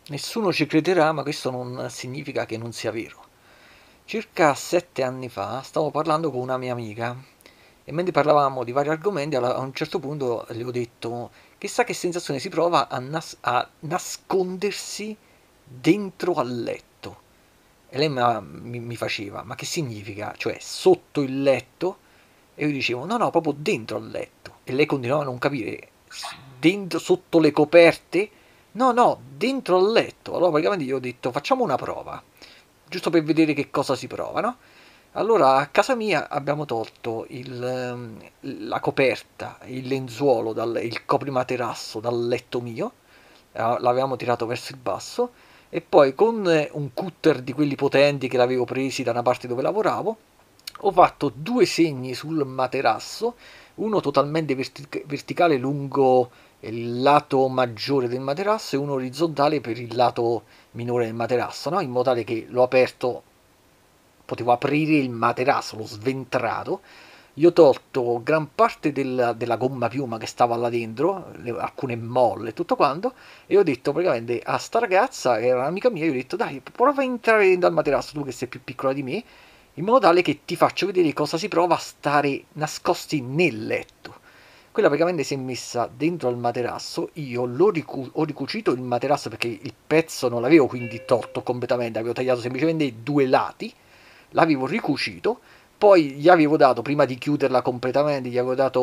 Nessuno ci crederà, ma questo non significa che non sia vero. Circa 7 anni fa stavo parlando con una mia amica e mentre parlavamo di vari argomenti, a un certo punto le ho detto: chissà che sensazione si prova a nascondersi dentro al letto. E lei mi faceva: ma che significa? Cioè, sotto il letto? E io dicevo: no, no, proprio dentro al letto. E lei continuava a non capire: dentro, sotto le coperte? No, no, dentro al letto. Allora praticamente gli ho detto: facciamo una prova, giusto per vedere che cosa si prova, no? Allora a casa mia abbiamo tolto la coperta, il lenzuolo, il coprimaterasso dal letto mio, l'avevamo tirato verso il basso e poi con un cutter di quelli potenti che l'avevo presi da una parte dove lavoravo, ho fatto due segni sul materasso, uno totalmente verticale lungo il lato maggiore del materasso e uno orizzontale per il lato minore del materasso, no? In modo tale che l'ho aperto, potevo aprire il materasso, l'ho sventrato. Gli ho tolto gran parte della gomma piuma che stava là dentro, alcune molle e tutto quanto, e ho detto praticamente a sta ragazza, che era un'amica mia, gli ho detto: dai, prova a entrare dentro al materasso, tu che sei più piccola di me, in modo tale che ti faccio vedere cosa si prova a stare nascosti nel letto. Quella praticamente si è messa dentro al materasso, io ho ricucito il materasso perché il pezzo non l'avevo quindi torto completamente, avevo tagliato semplicemente i due lati, l'avevo ricucito, poi gli avevo dato, prima di chiuderla completamente, gli avevo dato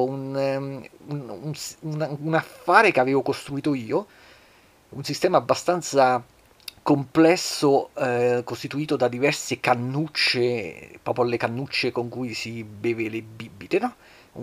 un affare che avevo costruito io, un sistema abbastanza complesso, costituito da diverse cannucce, proprio le cannucce con cui si beve le bibite, no?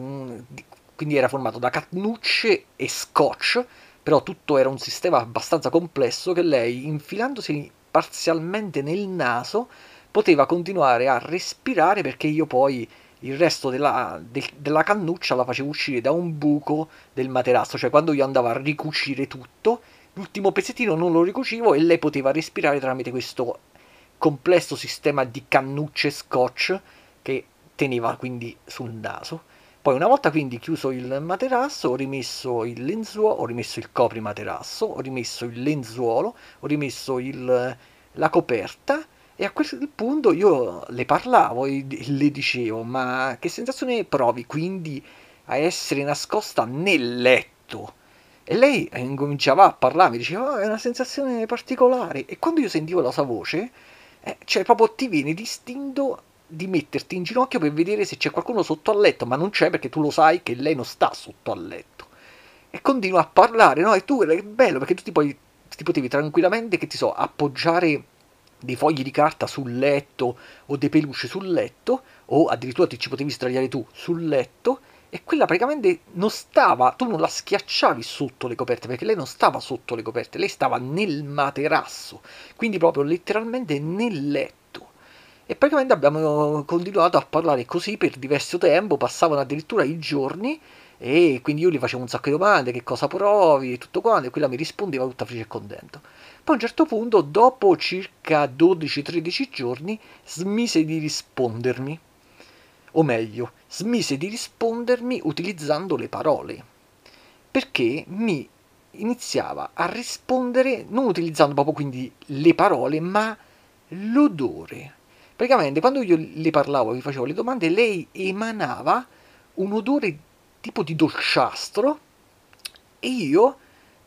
Quindi era formato da cannucce e scotch, però tutto era un sistema abbastanza complesso che lei, infilandosi parzialmente nel naso, poteva continuare a respirare perché io poi il resto della cannuccia la facevo uscire da un buco del materasso, cioè quando io andavo a ricucire tutto, l'ultimo pezzettino non lo ricucivo e lei poteva respirare tramite questo complesso sistema di cannucce scotch che teneva quindi sul naso. Poi una volta quindi chiuso il materasso, ho rimesso il lenzuolo, ho rimesso il coprimaterasso, ho rimesso il lenzuolo, ho rimesso la coperta e a quel punto io le parlavo e le dicevo: ma che sensazione provi quindi a essere nascosta nel letto? E lei incominciava a parlarmi, diceva: "Oh, è una sensazione particolare." E quando io sentivo la sua voce, cioè proprio ti viene distinto di metterti in ginocchio per vedere se c'è qualcuno sotto al letto, ma non c'è perché tu lo sai che lei non sta sotto al letto. E continua a parlare, no? E tu, è bello perché tu ti potevi tranquillamente, che ti so, appoggiare dei fogli di carta sul letto o dei peluche sul letto, o addirittura ti ci potevi sdraiare tu sul letto, e quella praticamente non stava, tu non la schiacciavi sotto le coperte, perché lei non stava sotto le coperte, lei stava nel materasso, quindi proprio letteralmente nel letto. E praticamente abbiamo continuato a parlare così per diverso tempo, passavano addirittura i giorni e quindi io gli facevo un sacco di domande, che cosa provi e tutto quanto, e quella mi rispondeva tutta felice e contenta. Poi a un certo punto, dopo circa 12-13 giorni, smise di rispondermi, o meglio, smise di rispondermi utilizzando le parole, perché mi iniziava a rispondere non utilizzando proprio quindi le parole, ma l'odore. Praticamente quando io le parlavo, vi facevo le domande, lei emanava un odore tipo di dolciastro e io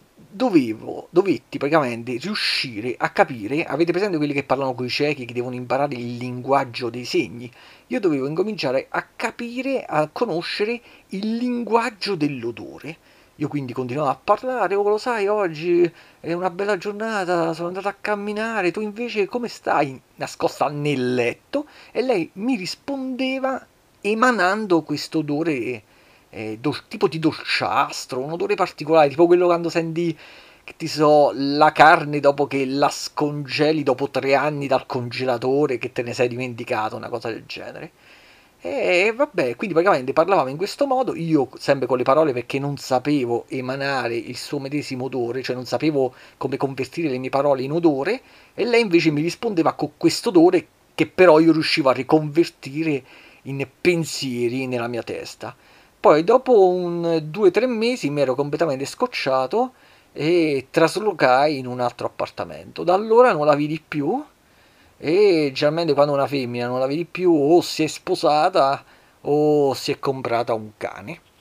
dovetti praticamente riuscire a capire, avete presente quelli che parlano con i ciechi che devono imparare il linguaggio dei segni? Io dovevo incominciare a capire, a conoscere il linguaggio dell'odore. Io quindi continuavo a parlare: oh, lo sai, oggi è una bella giornata, sono andato a camminare, tu invece come stai? Nascosta nel letto, e lei mi rispondeva emanando questo odore, tipo di dolciastro, un odore particolare, tipo quello quando senti, che ti so, la carne dopo che la scongeli dopo 3 anni dal congelatore, che te ne sei dimenticato, una cosa del genere. E vabbè, quindi praticamente parlavamo in questo modo, io sempre con le parole perché non sapevo emanare il suo medesimo odore, cioè non sapevo come convertire le mie parole in odore, e lei invece mi rispondeva con questo odore che però io riuscivo a riconvertire in pensieri nella mia testa. Poi dopo un 2 o 3 mesi mi ero completamente scocciato e traslocai in un altro appartamento. Da allora non la vidi più e generalmente quando una femmina non la vedi più o si è sposata o si è comprata un cane.